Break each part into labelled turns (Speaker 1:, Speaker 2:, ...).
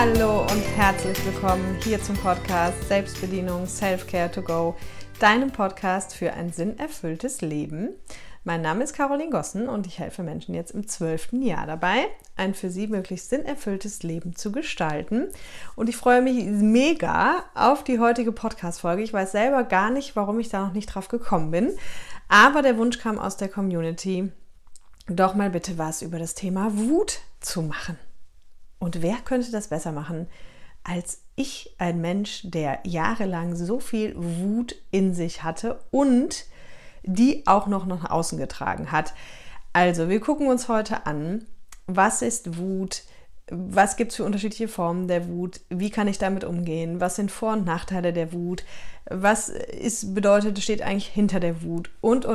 Speaker 1: Hallo und herzlich willkommen hier zum Podcast Selbstbedienung Self-Care to Go, deinem Podcast für ein sinnerfülltes Leben. Mein Name ist Caroline Gossen und ich helfe Menschen jetzt im 12. Jahr dabei, ein für sie möglichst sinnerfülltes Leben zu gestalten. Und ich freue mich mega auf die heutige Podcast-Folge. Ich weiß selber gar nicht, warum ich da noch nicht drauf gekommen bin, aber der Wunsch kam aus der Community, doch mal bitte was über das Thema Wut zu machen. Und wer könnte das besser machen als ich, ein Mensch, der jahrelang so viel Wut in sich hatte und die auch noch nach außen getragen hat. Also, wir gucken uns heute an, was ist Wut, was gibt es für unterschiedliche Formen der Wut, wie kann ich damit umgehen, was sind Vor- und Nachteile der Wut, was steht eigentlich hinter der Wut und.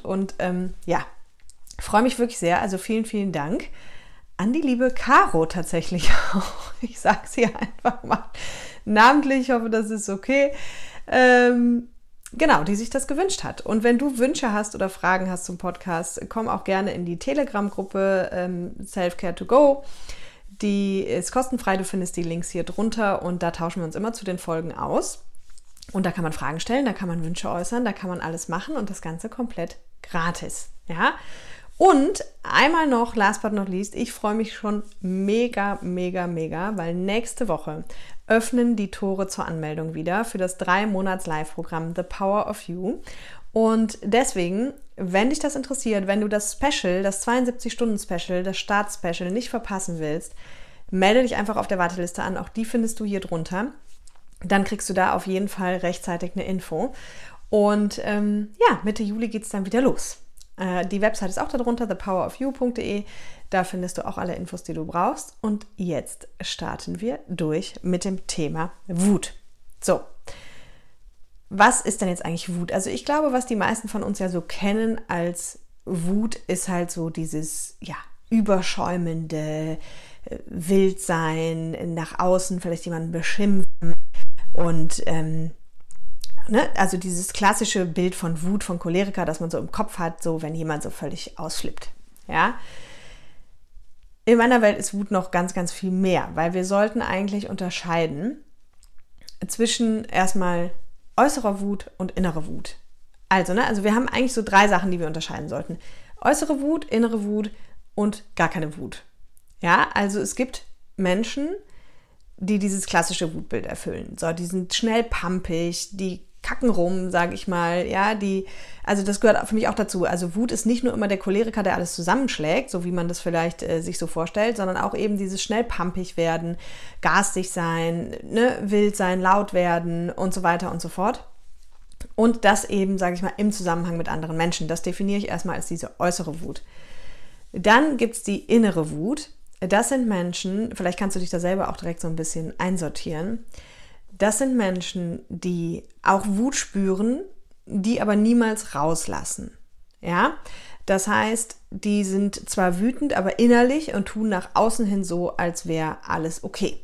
Speaker 1: Freue mich wirklich sehr, also vielen, vielen Dank an die liebe Caro tatsächlich auch. Ich sage sie einfach mal namentlich, ich hoffe, das ist okay. Genau, die sich das gewünscht hat. Und wenn du Wünsche hast oder Fragen hast zum Podcast, komm auch gerne in die Telegram-Gruppe Self-Care to Go. Die ist kostenfrei, du findest die Links hier drunter und da tauschen wir uns immer zu den Folgen aus. Und da kann man Fragen stellen, da kann man Wünsche äußern, da kann man alles machen und das Ganze komplett gratis. Ja? Und einmal noch, last but not least, ich freue mich schon mega, weil nächste Woche öffnen die Tore zur Anmeldung wieder für das 3-Monats-Live-Programm The Power of You. Und deswegen, wenn dich das interessiert, wenn du das Special, das 72-Stunden-Special, das Start-Special nicht verpassen willst, melde dich einfach auf der Warteliste an. Auch die findest du hier drunter. Dann kriegst du da auf jeden Fall rechtzeitig eine Info. Und Mitte Juli geht es dann wieder los. Die Website ist auch darunter, thepowerofyou.de. Da findest du auch alle Infos, die du brauchst. Und jetzt starten wir durch mit dem Thema Wut. So, was ist denn jetzt eigentlich Wut? Also ich glaube, was die meisten von uns ja so kennen als Wut, ist halt so dieses, überschäumende Wildsein, nach außen vielleicht jemanden beschimpfen und also dieses klassische Bild von Wut, von Choleriker, das man so im Kopf hat, so wenn jemand so völlig ausflippt. Ja? In meiner Welt ist Wut noch ganz, ganz viel mehr, weil wir sollten eigentlich unterscheiden zwischen erstmal äußerer Wut und innerer Wut. Also wir haben eigentlich so 3 Sachen, die wir unterscheiden sollten. Äußere Wut, innere Wut und gar keine Wut. Ja, also es gibt Menschen, die dieses klassische Wutbild erfüllen. So, die sind schnell pampig, die kacken rum, sage ich mal, also das gehört für mich auch dazu. Also Wut ist nicht nur immer der Choleriker, der alles zusammenschlägt, so wie man das vielleicht sich so vorstellt, sondern auch eben dieses schnell pampig werden, garstig sein, wild sein, laut werden und so weiter und so fort. Und das eben, sage ich mal, im Zusammenhang mit anderen Menschen. Das definiere ich erstmal als diese äußere Wut. Dann gibt es die innere Wut. Das sind Menschen, vielleicht kannst du dich da selber auch direkt so ein bisschen einsortieren. Das sind Menschen, die auch Wut spüren, die aber niemals rauslassen. Ja? Das heißt, die sind zwar wütend, aber innerlich und tun nach außen hin so, als wäre alles okay.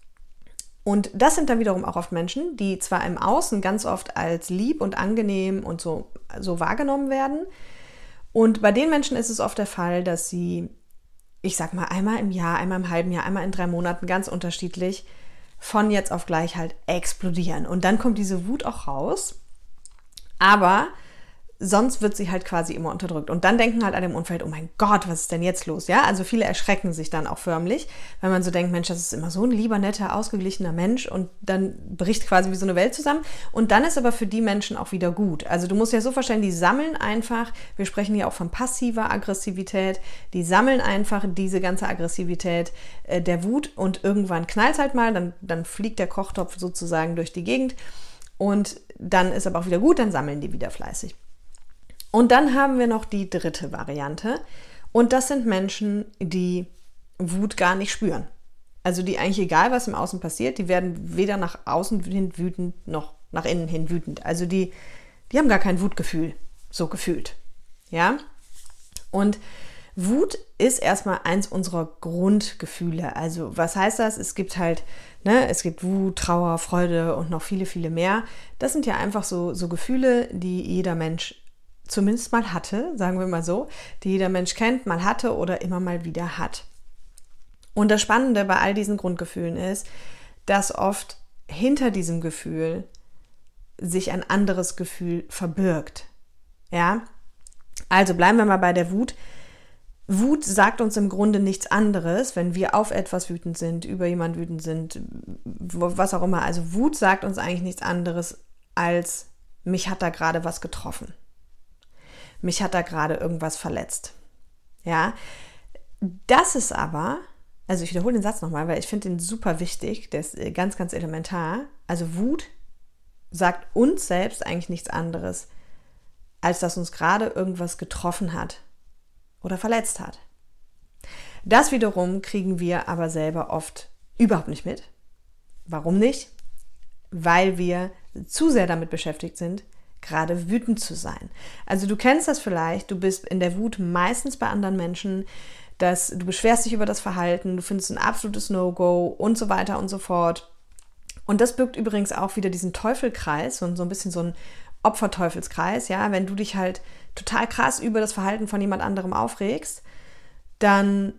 Speaker 1: Und das sind dann wiederum auch oft Menschen, die zwar im Außen ganz oft als lieb und angenehm und so wahrgenommen werden. Und bei den Menschen ist es oft der Fall, dass sie, ich sag mal, einmal im Jahr, einmal im halben Jahr, einmal in 3 Monaten, ganz unterschiedlich, von jetzt auf gleich halt explodieren. Und dann kommt diese Wut auch raus, aber sonst wird sie halt quasi immer unterdrückt. Und dann denken halt alle im Umfeld, oh mein Gott, was ist denn jetzt los? Ja, also viele erschrecken sich dann auch förmlich, weil man so denkt, Mensch, das ist immer so ein lieber, netter, ausgeglichener Mensch und dann bricht quasi wie so eine Welt zusammen. Und dann ist aber für die Menschen auch wieder gut. Also du musst dir das so vorstellen, die sammeln einfach, wir sprechen hier auch von passiver Aggressivität, die sammeln einfach diese ganze Aggressivität der Wut und irgendwann knallt es halt mal, dann fliegt der Kochtopf sozusagen durch die Gegend und dann ist aber auch wieder gut, dann sammeln die wieder fleißig. Und dann haben wir noch die 3. Variante und das sind Menschen, die Wut gar nicht spüren. Also die eigentlich egal, was im Außen passiert, die werden weder nach außen hin wütend noch nach innen hin wütend. Also die haben gar kein Wutgefühl, so gefühlt. Ja? Und Wut ist erstmal eins unserer Grundgefühle. Also was heißt das? Es gibt halt, es gibt Wut, Trauer, Freude und noch viele, viele mehr. Das sind ja einfach so Gefühle, die jeder Mensch zumindest mal hatte, sagen wir mal so, die jeder Mensch kennt, mal hatte oder immer mal wieder hat. Und das Spannende bei all diesen Grundgefühlen ist, dass oft hinter diesem Gefühl sich ein anderes Gefühl verbirgt. Ja? Also bleiben wir mal bei der Wut. Wut sagt uns im Grunde nichts anderes, wenn wir auf etwas wütend sind, über jemanden wütend sind, was auch immer. Also Wut sagt uns eigentlich nichts anderes als, mich hat da gerade was getroffen. Mich hat da gerade irgendwas verletzt. Ja, das ist aber, also ich wiederhole den Satz nochmal, weil ich finde den super wichtig, der ist ganz, ganz elementar. Also Wut sagt uns selbst eigentlich nichts anderes, als dass uns gerade irgendwas getroffen hat oder verletzt hat. Das wiederum kriegen wir aber selber oft überhaupt nicht mit. Warum nicht? Weil wir zu sehr damit beschäftigt sind, gerade wütend zu sein. Also du kennst das vielleicht, du bist in der Wut meistens bei anderen Menschen, dass du beschwerst dich über das Verhalten, du findest ein absolutes No-Go und so weiter und so fort. Und das birgt übrigens auch wieder diesen Teufelkreis und so ein bisschen so ein Opferteufelskreis, ja, wenn du dich halt total krass über das Verhalten von jemand anderem aufregst, dann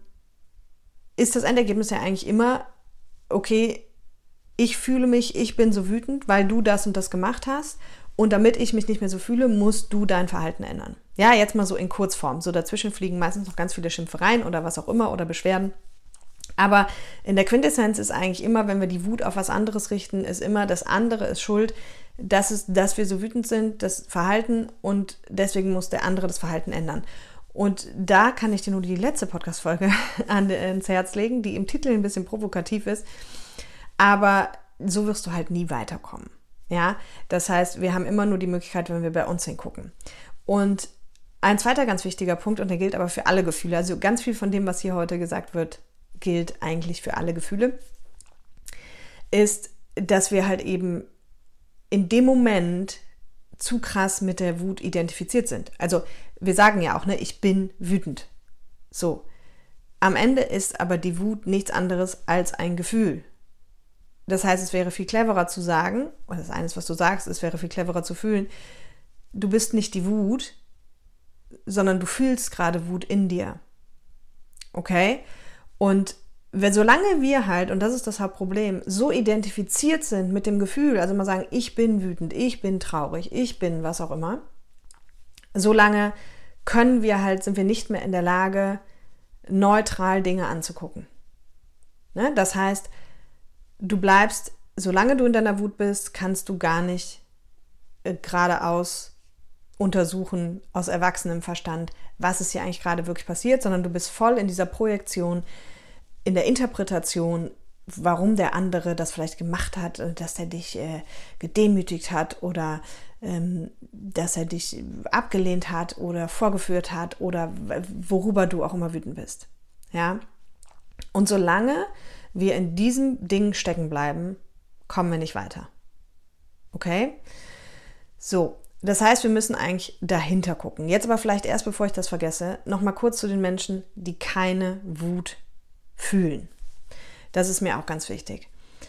Speaker 1: ist das Endergebnis ja eigentlich immer, okay, ich fühle mich, ich bin so wütend, weil du das und das gemacht hast und damit ich mich nicht mehr so fühle, musst du dein Verhalten ändern. Ja, jetzt mal so in Kurzform, so dazwischen fliegen meistens noch ganz viele Schimpfereien oder was auch immer oder Beschwerden. Aber in der Quintessenz ist eigentlich immer, wenn wir die Wut auf was anderes richten, ist immer, das andere ist schuld, dass wir so wütend sind, das Verhalten und deswegen muss der andere das Verhalten ändern. Und da kann ich dir nur die letzte Podcast-Folge ans Herz legen, die im Titel ein bisschen provokativ ist, aber so wirst du halt nie weiterkommen. Ja, das heißt, wir haben immer nur die Möglichkeit, wenn wir bei uns hingucken. Und ein zweiter ganz wichtiger Punkt, und der gilt aber für alle Gefühle, also ganz viel von dem, was hier heute gesagt wird, gilt eigentlich für alle Gefühle, ist, dass wir halt eben in dem Moment zu krass mit der Wut identifiziert sind. Also wir sagen ja auch, ne, ich bin wütend. So. Am Ende ist aber die Wut nichts anderes als ein Gefühl. Das heißt, es wäre viel cleverer zu sagen, oder das eine ist, was du sagst, es wäre viel cleverer zu fühlen, du bist nicht die Wut, sondern du fühlst gerade Wut in dir. Okay? Und solange wir halt, und das ist das Hauptproblem, so identifiziert sind mit dem Gefühl, also mal sagen, ich bin wütend, ich bin traurig, ich bin was auch immer, solange sind wir nicht mehr in der Lage, neutral Dinge anzugucken. Ne? Das heißt, du bleibst, solange du in deiner Wut bist, kannst du gar nicht geradeaus untersuchen, aus erwachsenem Verstand, was ist hier eigentlich gerade wirklich passiert, sondern du bist voll in dieser Projektion, in der Interpretation, warum der andere das vielleicht gemacht hat, dass er dich gedemütigt hat oder dass er dich abgelehnt hat oder vorgeführt hat oder worüber du auch immer wütend bist. Ja? Und solange wir in diesem Ding stecken bleiben, kommen wir nicht weiter. Okay? So, das heißt, wir müssen eigentlich dahinter gucken. Jetzt aber vielleicht erst, bevor ich das vergesse, nochmal kurz zu den Menschen, die keine Wut fühlen. Das ist mir auch ganz wichtig.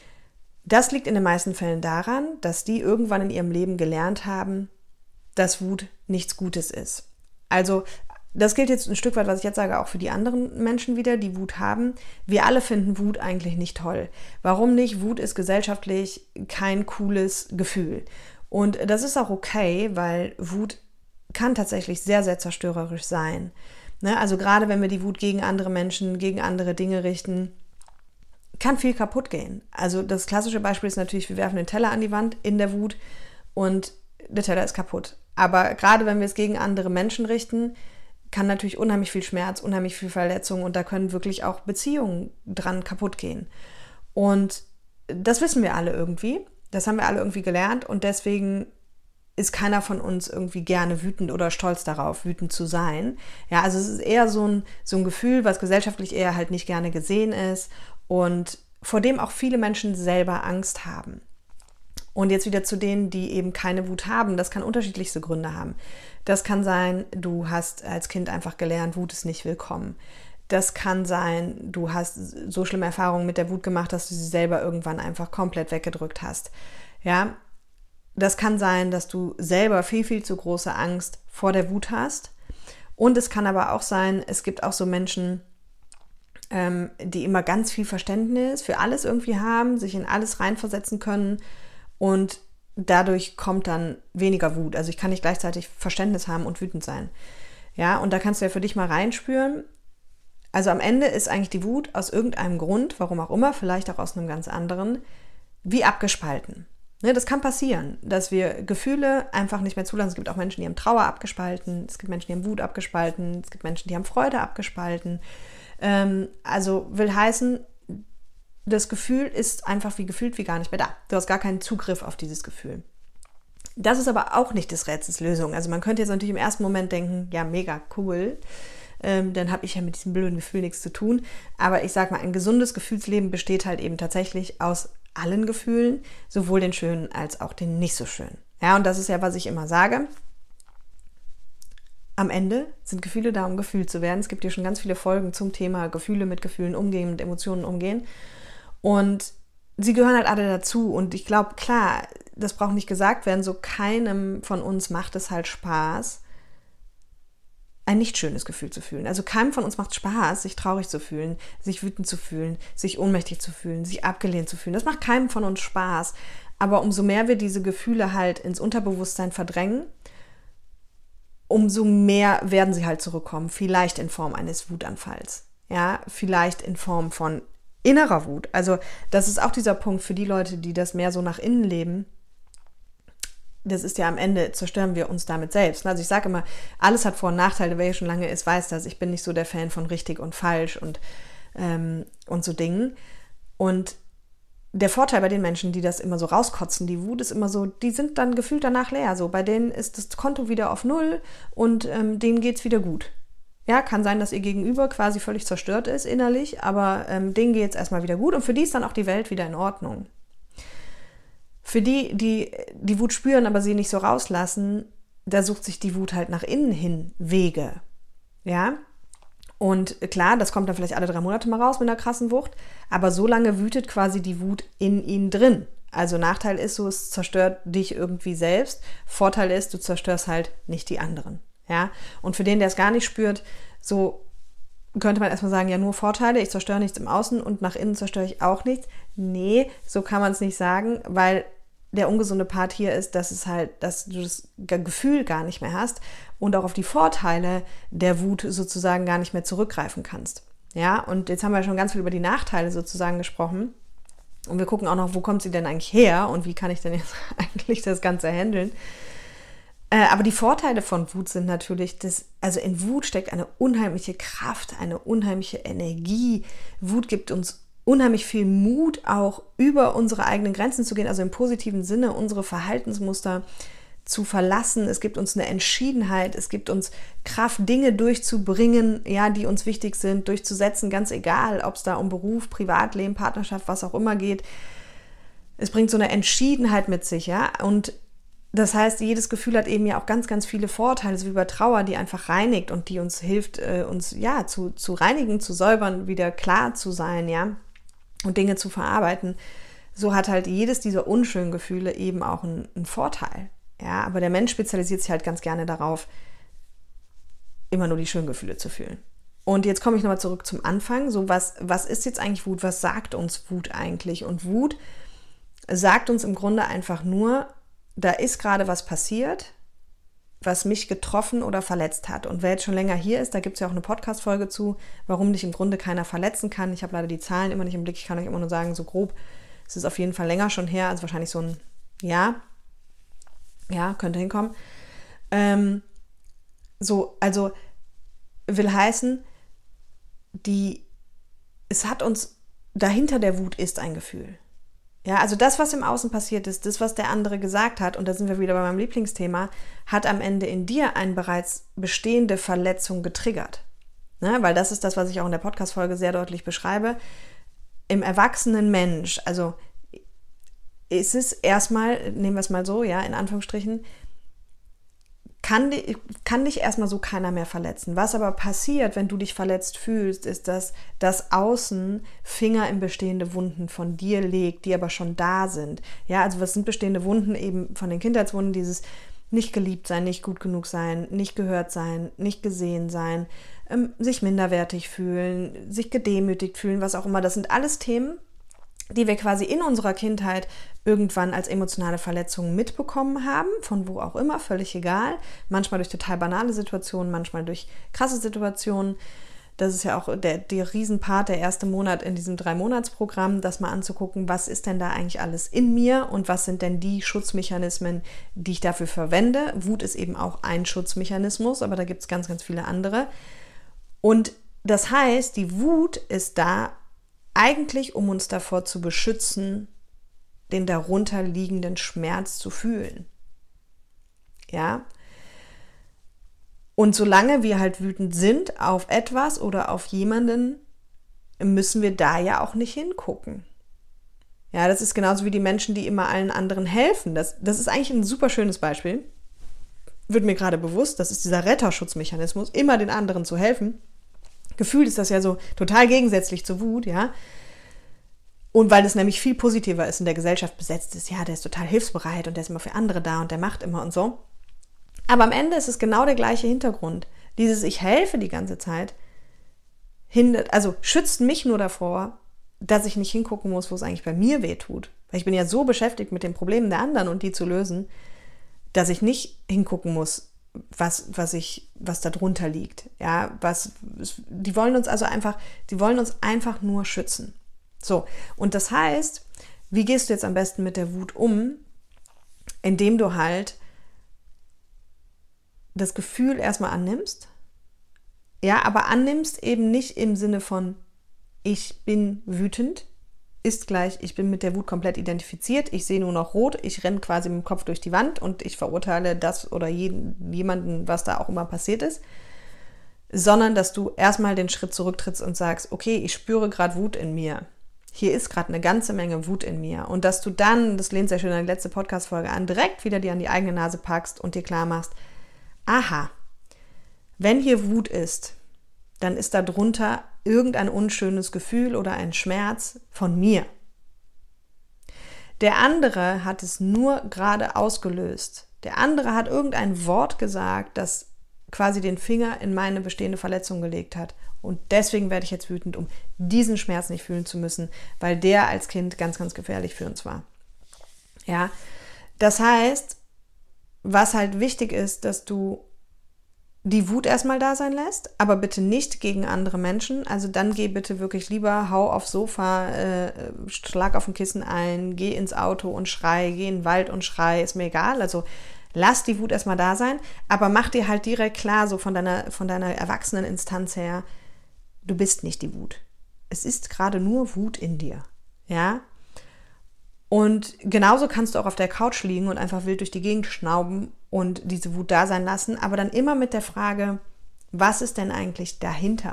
Speaker 1: Das liegt in den meisten Fällen daran, dass die irgendwann in ihrem Leben gelernt haben, dass Wut nichts Gutes ist. Also das gilt jetzt ein Stück weit, was ich jetzt sage, auch für die anderen Menschen wieder, die Wut haben. Wir alle finden Wut eigentlich nicht toll. Warum nicht? Wut ist gesellschaftlich kein cooles Gefühl. Und das ist auch okay, weil Wut kann tatsächlich sehr, sehr zerstörerisch sein. Ne? Also gerade wenn wir die Wut gegen andere Menschen, gegen andere Dinge richten, kann viel kaputt gehen. Also das klassische Beispiel ist natürlich, wir werfen den Teller an die Wand in der Wut und der Teller ist kaputt. Aber gerade wenn wir es gegen andere Menschen richten, kann natürlich unheimlich viel Schmerz, unheimlich viel Verletzung und da können wirklich auch Beziehungen dran kaputt gehen. Und das wissen wir alle irgendwie. Das haben wir alle irgendwie gelernt und deswegen ist keiner von uns irgendwie gerne wütend oder stolz darauf, wütend zu sein. Ja, also es ist eher so ein Gefühl, was gesellschaftlich eher halt nicht gerne gesehen ist und vor dem auch viele Menschen selber Angst haben. Und jetzt wieder zu denen, die eben keine Wut haben. Das kann unterschiedlichste Gründe haben. Das kann sein, du hast als Kind einfach gelernt, Wut ist nicht willkommen. Das kann sein, du hast so schlimme Erfahrungen mit der Wut gemacht, dass du sie selber irgendwann einfach komplett weggedrückt hast. Ja, das kann sein, dass du selber viel, viel zu große Angst vor der Wut hast. Und es kann aber auch sein, es gibt auch so Menschen, die immer ganz viel Verständnis für alles irgendwie haben, sich in alles reinversetzen können und dadurch kommt dann weniger Wut. Also ich kann nicht gleichzeitig Verständnis haben und wütend sein. Ja, und da kannst du ja für dich mal reinspüren. Also am Ende ist eigentlich die Wut aus irgendeinem Grund, warum auch immer, vielleicht auch aus einem ganz anderen, wie abgespalten. Ne, das kann passieren, dass wir Gefühle einfach nicht mehr zulassen. Es gibt auch Menschen, die haben Trauer abgespalten, es gibt Menschen, die haben Wut abgespalten, es gibt Menschen, die haben Freude abgespalten. Also will heißen, das Gefühl ist einfach wie gefühlt wie gar nicht mehr da. Du hast gar keinen Zugriff auf dieses Gefühl. Das ist aber auch nicht des Rätsels Lösung. Also man könnte jetzt natürlich im ersten Moment denken, ja, mega cool, dann habe ich ja mit diesem blöden Gefühl nichts zu tun. Aber ich sage mal, ein gesundes Gefühlsleben besteht halt eben tatsächlich aus allen Gefühlen, sowohl den schönen als auch den nicht so schönen. Ja, und das ist ja, was ich immer sage. Am Ende sind Gefühle da, um gefühlt zu werden. Es gibt ja schon ganz viele Folgen zum Thema Gefühle, mit Gefühlen umgehen, mit Emotionen umgehen. Und sie gehören halt alle dazu. Und ich glaube, klar, das braucht nicht gesagt werden, so keinem von uns macht es halt Spaß, ein nicht schönes Gefühl zu fühlen. Also keinem von uns macht Spaß, sich traurig zu fühlen, sich wütend zu fühlen, sich ohnmächtig zu fühlen, sich abgelehnt zu fühlen. Das macht keinem von uns Spaß. Aber umso mehr wir diese Gefühle halt ins Unterbewusstsein verdrängen, umso mehr werden sie halt zurückkommen. Vielleicht in Form eines Wutanfalls. Ja, vielleicht in Form von innerer Wut. Also das ist auch dieser Punkt für die Leute, die das mehr so nach innen leben. Das ist ja am Ende, zerstören wir uns damit selbst. Also ich sage immer, alles hat Vor- und Nachteile. Wer hier schon lange ist, weiß das. Ich bin nicht so der Fan von richtig und falsch und so Dingen. Und der Vorteil bei den Menschen, die das immer so rauskotzen, die Wut ist immer so, die sind dann gefühlt danach leer. So, bei denen ist das Konto wieder auf Null und denen geht's wieder gut. Ja, kann sein, dass ihr Gegenüber quasi völlig zerstört ist innerlich, aber denen geht's erstmal wieder gut und für die ist dann auch die Welt wieder in Ordnung. Für die, die die Wut spüren, aber sie nicht so rauslassen, da sucht sich die Wut halt nach innen hin Wege. Ja, und klar, das kommt dann vielleicht alle 3 Monate mal raus mit einer krassen Wucht, aber so lange wütet quasi die Wut in ihnen drin. Also Nachteil ist so, es zerstört dich irgendwie selbst. Vorteil ist, du zerstörst halt nicht die anderen. Ja, und für den, der es gar nicht spürt, so könnte man erstmal sagen, ja, nur Vorteile, ich zerstöre nichts im Außen und nach innen zerstöre ich auch nichts. Nee, so kann man es nicht sagen, weil der ungesunde Part hier ist, dass du das Gefühl gar nicht mehr hast und auch auf die Vorteile der Wut sozusagen gar nicht mehr zurückgreifen kannst. Ja, und jetzt haben wir schon ganz viel über die Nachteile sozusagen gesprochen und wir gucken auch noch, wo kommt sie denn eigentlich her und wie kann ich denn jetzt eigentlich das Ganze handeln. Aber die Vorteile von Wut sind natürlich, also in Wut steckt eine unheimliche Kraft, eine unheimliche Energie. Wut gibt uns unheimlich viel Mut, auch über unsere eigenen Grenzen zu gehen, also im positiven Sinne unsere Verhaltensmuster zu verlassen. Es gibt uns eine Entschiedenheit, es gibt uns Kraft, Dinge durchzubringen, ja, die uns wichtig sind, durchzusetzen, ganz egal, ob es da um Beruf, Privatleben, Partnerschaft, was auch immer geht. Es bringt so eine Entschiedenheit mit sich, ja, und das heißt, jedes Gefühl hat eben ja auch ganz, ganz viele Vorteile, so wie bei Trauer, die einfach reinigt und die uns hilft, uns ja zu reinigen, zu säubern, wieder klar zu sein, ja, und Dinge zu verarbeiten. So hat halt jedes dieser unschönen Gefühle eben auch einen Vorteil, ja, aber der Mensch spezialisiert sich halt ganz gerne darauf, immer nur die schönen Gefühle zu fühlen. Und jetzt komme ich nochmal zurück zum Anfang, so was ist jetzt eigentlich Wut, was sagt uns Wut eigentlich? Und Wut sagt uns im Grunde einfach nur, da ist gerade was passiert, was mich getroffen oder verletzt hat. Und wer jetzt schon länger hier ist, da gibt es ja auch eine Podcast-Folge zu, warum dich im Grunde keiner verletzen kann. Ich habe leider die Zahlen immer nicht im Blick. Ich kann euch immer nur sagen, so grob, es ist auf jeden Fall länger schon her, also wahrscheinlich so ein Jahr. Ja, könnte hinkommen. Also will heißen, es hat uns, dahinter der Wut ist ein Gefühl. Ja, also das, was im Außen passiert ist, das, was der andere gesagt hat, und da sind wir wieder bei meinem Lieblingsthema, hat am Ende in dir eine bereits bestehende Verletzung getriggert. Ne? Weil das ist das, was ich auch in der Podcast-Folge sehr deutlich beschreibe. Im erwachsenen Mensch, also ist es erstmal, nehmen wir es mal so, ja, in Anführungsstrichen, kann dich erstmal so keiner mehr verletzen. Was aber passiert, wenn du dich verletzt fühlst, ist, dass das Außen Finger in bestehende Wunden von dir legt, die aber schon da sind. Ja, also was sind bestehende Wunden? Eben von den Kindheitswunden, dieses nicht geliebt sein, nicht gut genug sein, nicht gehört sein, nicht gesehen sein, sich minderwertig fühlen, sich gedemütigt fühlen, was auch immer. Das sind alles Themen, die wir quasi in unserer Kindheit irgendwann als emotionale Verletzungen mitbekommen haben, von wo auch immer, völlig egal. Manchmal durch total banale Situationen, manchmal durch krasse Situationen. Das ist ja auch der Riesenpart, der erste Monat in diesem 3-Monats-Programm, das mal anzugucken, was ist denn da eigentlich alles in mir und was sind denn die Schutzmechanismen, die ich dafür verwende. Wut ist eben auch ein Schutzmechanismus, aber da gibt es ganz, ganz viele andere. Und das heißt, die Wut ist da eigentlich, um uns davor zu beschützen, den darunter liegenden Schmerz zu fühlen. Ja? Und solange wir halt wütend sind auf etwas oder auf jemanden, müssen wir da ja auch nicht hingucken. Ja, das ist genauso wie die Menschen, die immer allen anderen helfen. Das ist eigentlich ein super schönes Beispiel. Wird mir gerade bewusst, das ist dieser Retterschutzmechanismus, immer den anderen zu helfen. Gefühlt ist das ja so total gegensätzlich zur Wut, ja. Und weil es nämlich viel positiver ist, in der Gesellschaft besetzt ist, ja, der ist total hilfsbereit und der ist immer für andere da und der macht immer und so. Aber am Ende ist es genau der gleiche Hintergrund. Dieses Ich helfe die ganze Zeit schützt mich nur davor, dass ich nicht hingucken muss, wo es eigentlich bei mir weh tut. Weil ich bin ja so beschäftigt mit den Problemen der anderen und die zu lösen, dass ich nicht hingucken muss, was da drunter liegt. Ja, die wollen uns einfach nur schützen. So, und das heißt, wie gehst du jetzt am besten mit der Wut um? Indem du halt das Gefühl erstmal annimmst, ja, aber annimmst eben nicht im Sinne von ich bin wütend, ist gleich, ich bin mit der Wut komplett identifiziert, ich sehe nur noch rot, ich renne quasi mit dem Kopf durch die Wand und ich verurteile das oder jemanden, was da auch immer passiert ist, sondern dass du erstmal den Schritt zurücktrittst und sagst, okay, ich spüre gerade Wut in mir. Hier ist gerade eine ganze Menge Wut in mir. Und dass du dann, das lehnt sehr schön an die letzte Podcast-Folge an, direkt wieder dir an die eigene Nase packst und dir klar machst, aha, wenn hier Wut ist, dann ist da drunter irgendein unschönes Gefühl oder ein Schmerz von mir. Der andere hat es nur gerade ausgelöst. Der andere hat irgendein Wort gesagt, das quasi den Finger in meine bestehende Verletzung gelegt hat. Und deswegen werde ich jetzt wütend, um diesen Schmerz nicht fühlen zu müssen, weil der als Kind ganz, ganz gefährlich für uns war. Ja, das heißt, was halt wichtig ist, dass du die Wut erstmal da sein lässt, aber bitte nicht gegen andere Menschen. Also dann geh bitte wirklich lieber, hau aufs Sofa, schlag auf ein Kissen ein, geh ins Auto und schrei, geh in den Wald und schrei, ist mir egal. Also lass die Wut erstmal da sein, aber mach dir halt direkt klar, so von deiner Erwachseneninstanz her, du bist nicht die Wut. Es ist gerade nur Wut in dir, ja? Und genauso kannst du auch auf der Couch liegen und einfach wild durch die Gegend schnauben und diese Wut da sein lassen, aber dann immer mit der Frage, was ist denn eigentlich dahinter?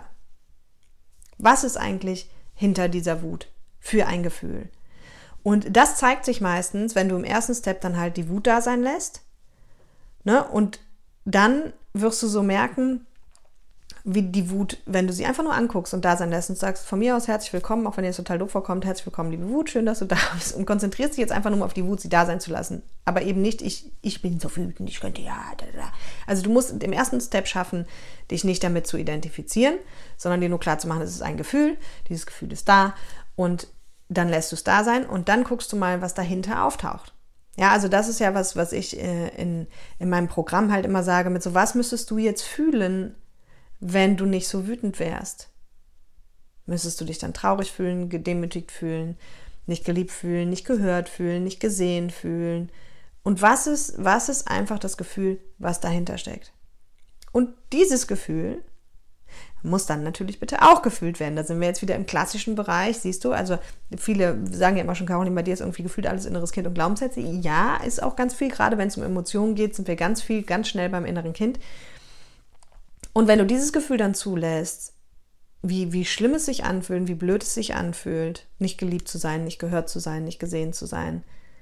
Speaker 1: Was ist eigentlich hinter dieser Wut für ein Gefühl? Und das zeigt sich meistens, wenn du im ersten Step dann halt die Wut da sein lässt, ne? Und dann wirst du so merken, wie die Wut, wenn du sie einfach nur anguckst und da sein lässt und sagst, von mir aus herzlich willkommen, auch wenn dir das total doof vorkommt, herzlich willkommen, liebe Wut, schön, dass du da bist, und konzentrierst dich jetzt einfach nur auf die Wut, sie da sein zu lassen. Aber eben nicht, ich bin so wütend, ich könnte ja, da. Also du musst im ersten Step schaffen, dich nicht damit zu identifizieren, sondern dir nur klar zu machen, es ist ein Gefühl, dieses Gefühl ist da und dann lässt du es da sein und dann guckst du mal, was dahinter auftaucht. Ja, also das ist ja was ich in meinem Programm halt immer sage, mit so, was müsstest du jetzt fühlen, wenn du nicht so wütend wärst? Müsstest du dich dann traurig fühlen, gedemütigt fühlen, nicht geliebt fühlen, nicht gehört fühlen, nicht gesehen fühlen? Und was ist einfach das Gefühl, was dahinter steckt? Und dieses Gefühl muss dann natürlich bitte auch gefühlt werden. Da sind wir jetzt wieder im klassischen Bereich, siehst du, also viele sagen ja immer schon, Caroline, bei dir ist irgendwie gefühlt alles inneres Kind und Glaubenssätze. Ja, ist auch ganz viel, gerade wenn es um Emotionen geht, sind wir ganz schnell beim inneren Kind. Und wenn du dieses Gefühl dann zulässt, wie schlimm es sich anfühlt, wie blöd es sich anfühlt, nicht geliebt zu sein, nicht gehört zu sein, nicht gesehen zu sein,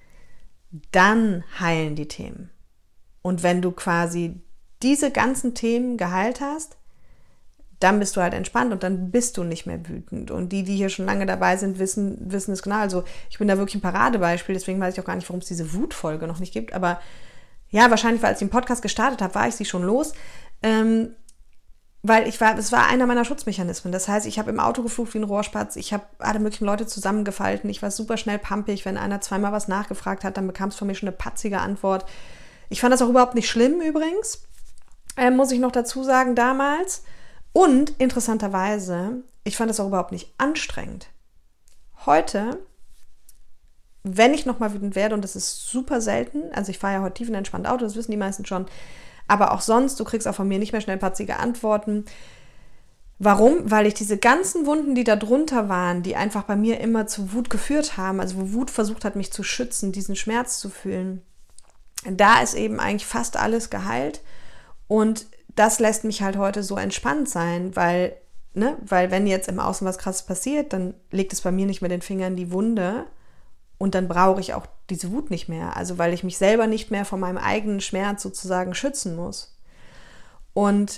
Speaker 1: dann heilen die Themen. Und wenn du quasi diese ganzen Themen geheilt hast, dann bist du halt entspannt und dann bist du nicht mehr wütend. Und die hier schon lange dabei sind, wissen es genau. Also ich bin da wirklich ein Paradebeispiel, deswegen weiß ich auch gar nicht, warum es diese Wutfolge noch nicht gibt. Aber ja, wahrscheinlich, weil als ich den Podcast gestartet habe, war ich sie schon los. weil es war einer meiner Schutzmechanismen. Das heißt, ich habe im Auto geflucht wie ein Rohrspatz, ich habe alle möglichen Leute zusammengefalten, ich war super schnell pampig, wenn einer zweimal was nachgefragt hat, dann bekam es von mir schon eine patzige Antwort. Ich fand das auch überhaupt nicht schlimm übrigens, muss ich noch dazu sagen, damals. Und interessanterweise, ich fand das auch überhaupt nicht anstrengend. Heute, wenn ich nochmal wütend werde, und das ist super selten, also ich fahre ja heute tiefenentspannt Auto, das wissen die meisten schon, aber auch sonst, du kriegst auch von mir nicht mehr schnell patzige Antworten. Warum? Weil ich diese ganzen Wunden, die da drunter waren, die einfach bei mir immer zu Wut geführt haben, also wo Wut versucht hat, mich zu schützen, diesen Schmerz zu fühlen, da ist eben eigentlich fast alles geheilt. Und das lässt mich halt heute so entspannt sein, weil wenn jetzt im Außen was Krasses passiert, dann legt es bei mir nicht mehr den Finger in die Wunde und dann brauche ich auch diese Wut nicht mehr. Also weil ich mich selber nicht mehr von meinem eigenen Schmerz sozusagen schützen muss. Und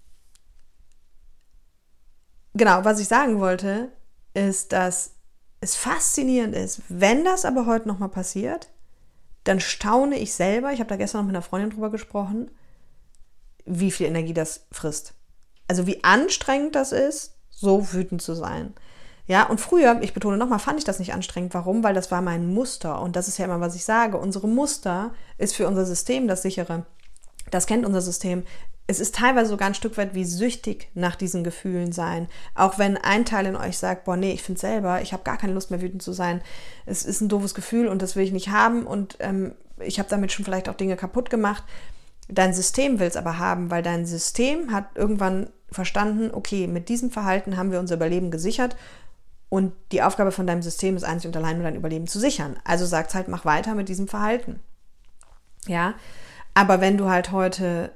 Speaker 1: genau, was ich sagen wollte, ist, dass es faszinierend ist, wenn das aber heute nochmal passiert, dann staune ich selber, ich habe da gestern noch mit einer Freundin drüber gesprochen, wie viel Energie das frisst. Also wie anstrengend das ist, so wütend zu sein. Ja, und früher, ich betone nochmal, fand ich das nicht anstrengend. Warum? Weil das war mein Muster. Und das ist ja immer, was ich sage. Unsere Muster ist für unser System das sichere. Das kennt unser System. Es ist teilweise sogar ein Stück weit wie süchtig nach diesen Gefühlen sein. Auch wenn ein Teil in euch sagt, boah, nee, ich finde selber, ich habe gar keine Lust mehr wütend zu sein. Es ist ein doofes Gefühl und das will ich nicht haben. Und ich habe damit schon vielleicht auch Dinge kaputt gemacht. Dein System will es aber haben, weil dein System hat irgendwann verstanden, okay, mit diesem Verhalten haben wir unser Überleben gesichert und die Aufgabe von deinem System ist einzig und allein nur dein Überleben zu sichern. Also sagt es halt, mach weiter mit diesem Verhalten. Ja, aber wenn du halt heute,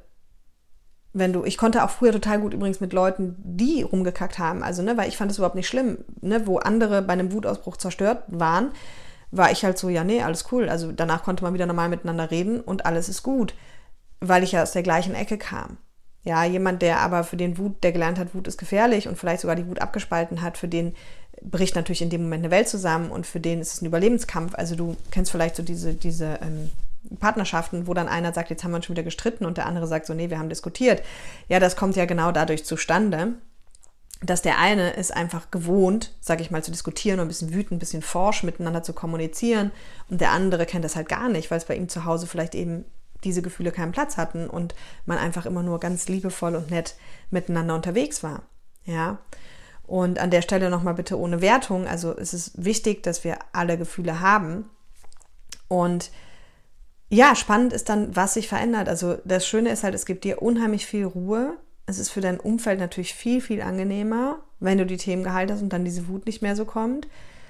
Speaker 1: ich konnte auch früher total gut übrigens mit Leuten, die rumgekackt haben, also weil ich fand das überhaupt nicht schlimm, wo andere bei einem Wutausbruch zerstört waren, war ich halt so, ja nee, alles cool, also danach konnte man wieder normal miteinander reden und alles ist gut. Weil ich ja aus der gleichen Ecke kam. Ja, jemand, der aber für den der gelernt hat, Wut ist gefährlich und vielleicht sogar die Wut abgespalten hat, für den bricht natürlich in dem Moment eine Welt zusammen und für den ist es ein Überlebenskampf. Also du kennst vielleicht so diese Partnerschaften, wo dann einer sagt, jetzt haben wir uns schon wieder gestritten und der andere sagt so, nee, wir haben diskutiert. Ja, das kommt ja genau dadurch zustande, dass der eine ist einfach gewohnt, sage ich mal, zu diskutieren und ein bisschen wütend, ein bisschen forsch miteinander zu kommunizieren und der andere kennt das halt gar nicht, weil es bei ihm zu Hause vielleicht eben diese Gefühle keinen Platz hatten und man einfach immer nur ganz liebevoll und nett miteinander unterwegs war. Ja, und an der Stelle nochmal bitte ohne Wertung, also es ist wichtig, dass wir alle Gefühle haben und ja, spannend ist dann, was sich verändert. Also das Schöne ist halt, es gibt dir unheimlich viel Ruhe, es ist für dein Umfeld natürlich viel, viel angenehmer, wenn du die Themen geheilt hast und dann diese Wut nicht mehr so kommt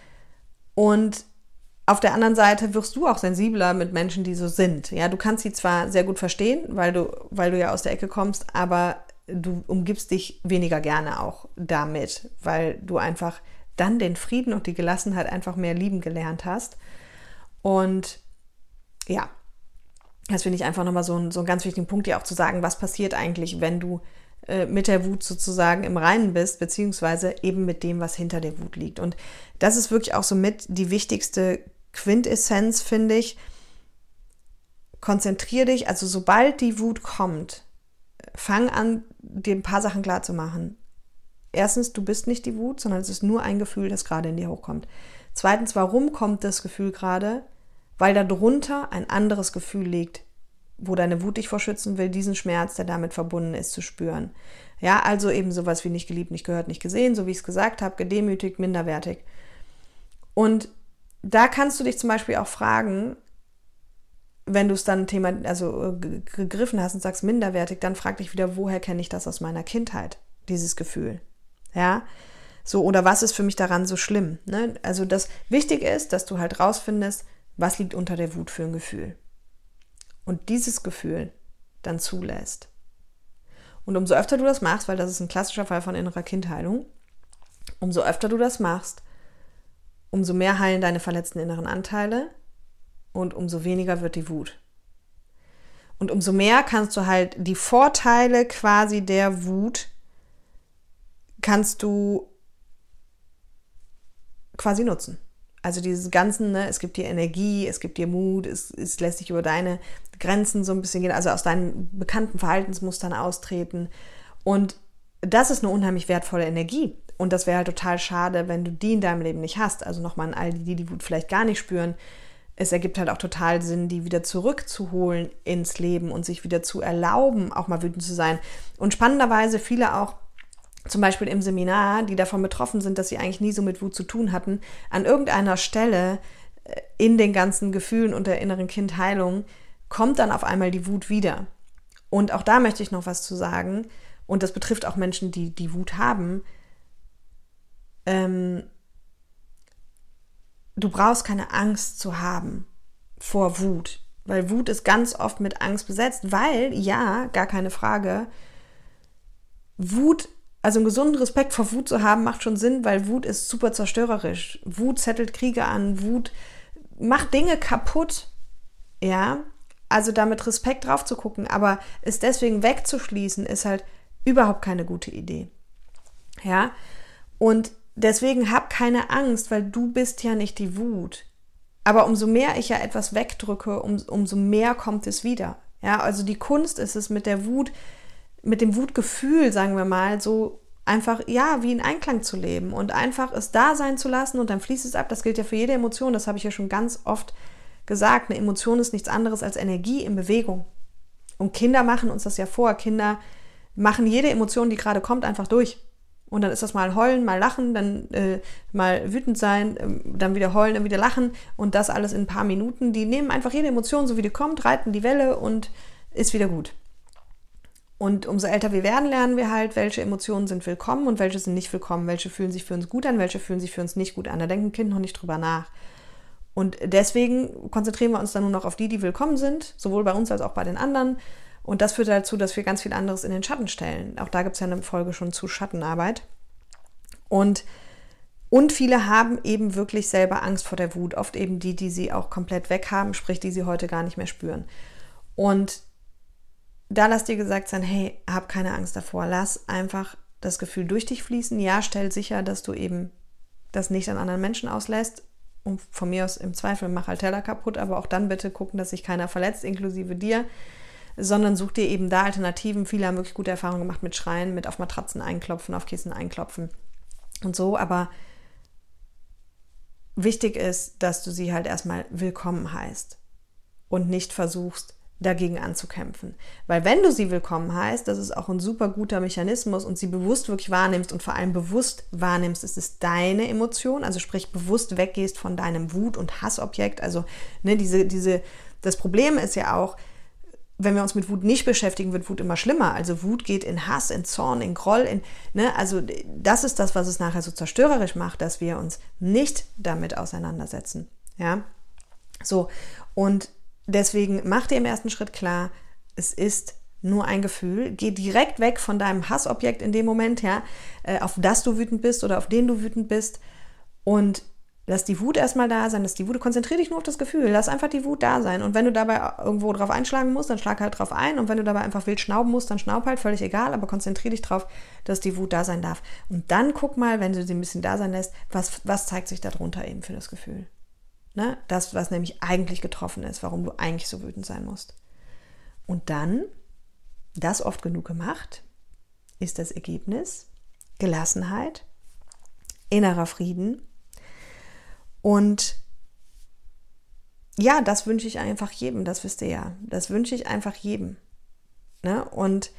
Speaker 1: und auf der anderen Seite wirst du auch sensibler mit Menschen, die so sind. Ja, du kannst sie zwar sehr gut verstehen, weil du ja aus der Ecke kommst, aber du umgibst dich weniger gerne auch damit, weil du einfach dann den Frieden und die Gelassenheit einfach mehr lieben gelernt hast. Und ja, das finde ich einfach nochmal so einen ganz wichtigen Punkt, dir auch zu sagen, was passiert eigentlich, wenn du mit der Wut sozusagen im Reinen bist, beziehungsweise eben mit dem, was hinter der Wut liegt. Und das ist wirklich auch so mit die wichtigste Quintessenz, finde ich. Konzentrier dich, also sobald die Wut kommt, fang an, dir ein paar Sachen klar zu machen. Erstens, du bist nicht die Wut, sondern es ist nur ein Gefühl, das gerade in dir hochkommt. Zweitens, warum kommt das Gefühl gerade? Weil darunter ein anderes Gefühl liegt, wo deine Wut dich vor schützen will, diesen Schmerz, der damit verbunden ist, zu spüren. Ja, also eben sowas wie nicht geliebt, nicht gehört, nicht gesehen, so wie ich es gesagt habe, gedemütigt, minderwertig. Und da kannst du dich zum Beispiel auch fragen, wenn du es dann gegriffen hast und sagst minderwertig, dann frag dich wieder, woher kenne ich das aus meiner Kindheit, dieses Gefühl? Ja, so, oder was ist für mich daran so schlimm? Ne? Also das Wichtige ist, dass du halt rausfindest, was liegt unter der Wut für ein Gefühl. Und dieses Gefühl dann zulässt. Und umso öfter du das machst, weil das ist ein klassischer Fall von innerer Kindheilung, umso öfter du das machst, umso mehr heilen deine verletzten inneren Anteile und umso weniger wird die Wut. Und umso mehr kannst du halt die Vorteile quasi der Wut kannst du quasi nutzen. Also dieses Ganzen, ne, es gibt dir Energie, es gibt dir Mut, es lässt dich über deine Grenzen so ein bisschen gehen, also aus deinen bekannten Verhaltensmustern austreten. Und das ist eine unheimlich wertvolle Energie. Und das wäre halt total schade, wenn du die in deinem Leben nicht hast. Also nochmal an all die Wut vielleicht gar nicht spüren. Es ergibt halt auch total Sinn, die wieder zurückzuholen ins Leben und sich wieder zu erlauben, auch mal wütend zu sein. Und spannenderweise viele auch, zum Beispiel im Seminar, die davon betroffen sind, dass sie eigentlich nie so mit Wut zu tun hatten, an irgendeiner Stelle in den ganzen Gefühlen und der inneren Kindheilung kommt dann auf einmal die Wut wieder. Und auch da möchte ich noch was zu sagen. Und das betrifft auch Menschen, die Wut haben. Du brauchst keine Angst zu haben vor Wut, weil Wut ist ganz oft mit Angst besetzt, weil, ja, gar keine Frage, Wut, also einen gesunden Respekt vor Wut zu haben, macht schon Sinn, weil Wut ist super zerstörerisch. Wut zettelt Kriege an, Wut macht Dinge kaputt, ja, also da mit Respekt drauf zu gucken, aber es deswegen wegzuschließen, ist halt überhaupt keine gute Idee, ja, und deswegen hab keine Angst, weil du bist ja nicht die Wut. Aber umso mehr ich ja etwas wegdrücke, umso mehr kommt es wieder. Ja, also die Kunst ist es mit der Wut, mit dem Wutgefühl, sagen wir mal, so einfach, ja, wie in Einklang zu leben und einfach es da sein zu lassen und dann fließt es ab. Das gilt ja für jede Emotion, das habe ich ja schon ganz oft gesagt. Eine Emotion ist nichts anderes als Energie in Bewegung. Und Kinder machen uns das ja vor. Kinder machen jede Emotion, die gerade kommt, einfach durch. Und dann ist das mal heulen, mal lachen, dann mal wütend sein, dann wieder heulen, dann wieder lachen und das alles in ein paar Minuten. Die nehmen einfach jede Emotion, so wie die kommt, reiten die Welle und ist wieder gut. Und umso älter wir werden, lernen wir halt, welche Emotionen sind willkommen und welche sind nicht willkommen. Welche fühlen sich für uns gut an, welche fühlen sich für uns nicht gut an. Da denkt ein Kind noch nicht drüber nach. Und deswegen konzentrieren wir uns dann nur noch auf die willkommen sind, sowohl bei uns als auch bei den anderen. Und das führt dazu, dass wir ganz viel anderes in den Schatten stellen. Auch da gibt es ja eine Folge schon zu Schattenarbeit. Und viele haben eben wirklich selber Angst vor der Wut. Oft eben die sie auch komplett weg haben, sprich, die sie heute gar nicht mehr spüren. Und da lass dir gesagt sein, hey, hab keine Angst davor. Lass einfach das Gefühl durch dich fließen. Ja, stell sicher, dass du eben das nicht an anderen Menschen auslässt. Und von mir aus im Zweifel mach halt Teller kaputt, aber auch dann bitte gucken, dass sich keiner verletzt, inklusive dir. Sondern such dir eben da Alternativen. Viele haben wirklich gute Erfahrungen gemacht mit Schreien, mit auf Matratzen einklopfen, auf Kissen einklopfen und so. Aber wichtig ist, dass du sie halt erstmal willkommen heißt und nicht versuchst, dagegen anzukämpfen. Weil wenn du sie willkommen heißt, das ist auch ein super guter Mechanismus und sie bewusst wirklich wahrnimmst und vor allem bewusst wahrnimmst, es ist deine Emotion, also sprich bewusst weggehst von deinem Wut- und Hassobjekt. Also das Problem ist ja auch, wenn wir uns mit Wut nicht beschäftigen, wird Wut immer schlimmer. Also Wut geht in Hass, in Zorn, in Groll, also das ist das, was es nachher so zerstörerisch macht, dass wir uns nicht damit auseinandersetzen. Ja, so. Und deswegen mach dir im ersten Schritt klar, es ist nur ein Gefühl. Geh direkt weg von deinem Hassobjekt in dem Moment, ja, auf das du wütend bist oder auf den du wütend bist und lass die Wut erstmal da sein, konzentriere dich nur auf das Gefühl, lass einfach die Wut da sein. Und wenn du dabei irgendwo drauf einschlagen musst, dann schlag halt drauf ein. Und wenn du dabei einfach wild schnauben musst, dann schnaub halt, völlig egal, aber konzentriere dich drauf, dass die Wut da sein darf. Und dann guck mal, wenn du sie ein bisschen da sein lässt, was zeigt sich darunter eben für das Gefühl. Ne? Das, was nämlich eigentlich getroffen ist, warum du eigentlich so wütend sein musst. Und dann, das oft genug gemacht, ist das Ergebnis Gelassenheit, innerer Frieden. Und ja, das wünsche ich einfach jedem, das wisst ihr ja. Das wünsche ich einfach jedem. Ne? Und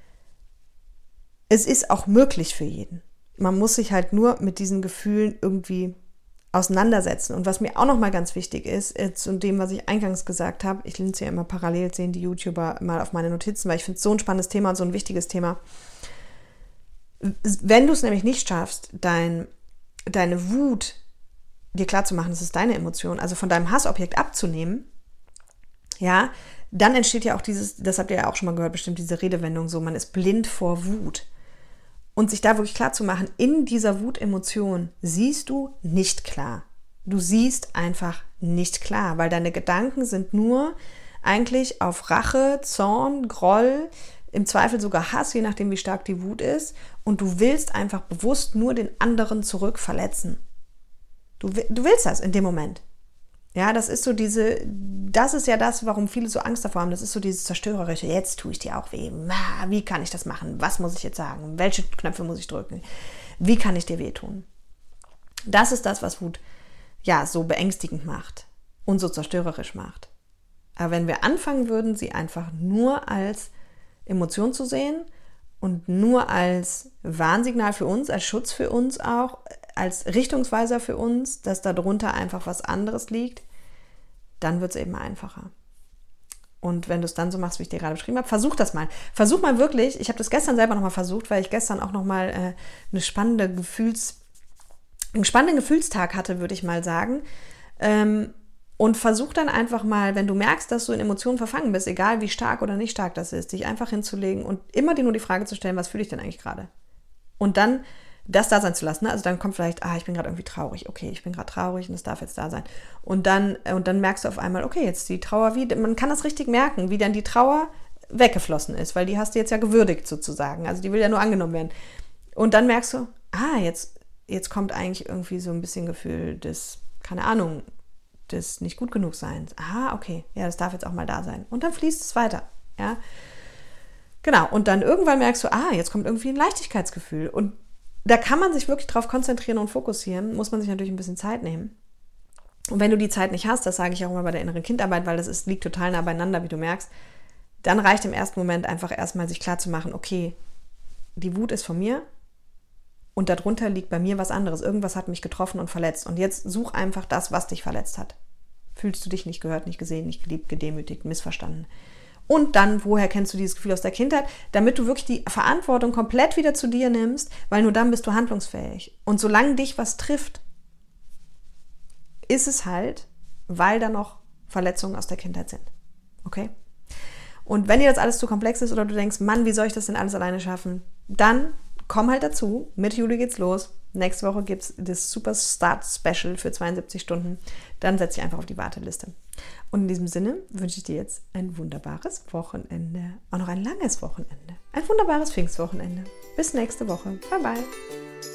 Speaker 1: es ist auch möglich für jeden. Man muss sich halt nur mit diesen Gefühlen irgendwie auseinandersetzen. Und was mir auch nochmal ganz wichtig ist, zu dem, was ich eingangs gesagt habe, ich linse ja immer parallel, sehen die YouTuber mal auf meine Notizen, weil ich finde es so ein spannendes Thema und so ein wichtiges Thema. Wenn du es nämlich nicht schaffst, deine Wut dir klarzumachen, das ist deine Emotion, also von deinem Hassobjekt abzunehmen, ja, dann entsteht ja auch das habt ihr ja auch schon mal gehört, bestimmt diese Redewendung so, man ist blind vor Wut. Und sich da wirklich klar zu machen, in dieser Wutemotion siehst du nicht klar. Du siehst einfach nicht klar, weil deine Gedanken sind nur eigentlich auf Rache, Zorn, Groll, im Zweifel sogar Hass, je nachdem wie stark die Wut ist. Und du willst einfach bewusst nur den anderen zurück verletzen. Du willst das in dem Moment. Ja, das ist ja das, warum viele so Angst davor haben. Das ist so dieses Zerstörerische. Jetzt tue ich dir auch weh. Wie kann ich das machen? Was muss ich jetzt sagen? Welche Knöpfe muss ich drücken? Wie kann ich dir wehtun? Das ist das, was Wut ja so beängstigend macht und so zerstörerisch macht. Aber wenn wir anfangen würden, sie einfach nur als Emotion zu sehen und nur als Warnsignal für uns, als Schutz für uns auch, als Richtungsweiser für uns, dass darunter einfach was anderes liegt, dann wird es eben einfacher. Und wenn du es dann so machst, wie ich dir gerade beschrieben habe, versuch das mal. Versuch mal wirklich, ich habe das gestern selber nochmal versucht, weil ich gestern auch nochmal einen spannenden Gefühlstag hatte, würde ich mal sagen. Und versuch dann einfach mal, wenn du merkst, dass du in Emotionen verfangen bist, egal wie stark oder nicht stark das ist, dich einfach hinzulegen und immer dir nur die Frage zu stellen, was fühle ich denn eigentlich gerade? Und dann das da sein zu lassen. Ne? Also dann kommt vielleicht, ich bin gerade irgendwie traurig. Okay, ich bin gerade traurig und das darf jetzt da sein. Und dann merkst du auf einmal, okay, jetzt die Trauer, man kann das richtig merken, wie dann die Trauer weggeflossen ist, weil die hast du jetzt ja gewürdigt sozusagen. Also die will ja nur angenommen werden. Und dann merkst du, jetzt kommt eigentlich irgendwie so ein bisschen Gefühl des, keine Ahnung, des nicht gut genug Seins. Okay, ja, das darf jetzt auch mal da sein. Und dann fließt es weiter, ja. Genau, und dann irgendwann merkst du, jetzt kommt irgendwie ein Leichtigkeitsgefühl. Und da kann man sich wirklich drauf konzentrieren und fokussieren, muss man sich natürlich ein bisschen Zeit nehmen. Und wenn du die Zeit nicht hast, das sage ich auch immer bei der inneren Kindarbeit, weil liegt total nah beieinander, wie du merkst, dann reicht im ersten Moment einfach erstmal sich klar zu machen, okay, die Wut ist von mir und darunter liegt bei mir was anderes. Irgendwas hat mich getroffen und verletzt. Und jetzt such einfach das, was dich verletzt hat. Fühlst du dich nicht gehört, nicht gesehen, nicht geliebt, gedemütigt, missverstanden? Und dann, woher kennst du dieses Gefühl aus der Kindheit? Damit du wirklich die Verantwortung komplett wieder zu dir nimmst, weil nur dann bist du handlungsfähig. Und solange dich was trifft, ist es halt, weil da noch Verletzungen aus der Kindheit sind. Okay? Und wenn dir das alles zu komplex ist oder du denkst, Mann, wie soll ich das denn alles alleine schaffen? Dann komm halt dazu. Mitte Juli geht's los. Nächste Woche gibt es das Super Start Special für 72 Stunden. Dann setz dich einfach auf die Warteliste. Und in diesem Sinne wünsche ich dir jetzt ein wunderbares Wochenende. Auch noch ein langes Wochenende. Ein wunderbares Pfingstwochenende. Bis nächste Woche. Bye, bye.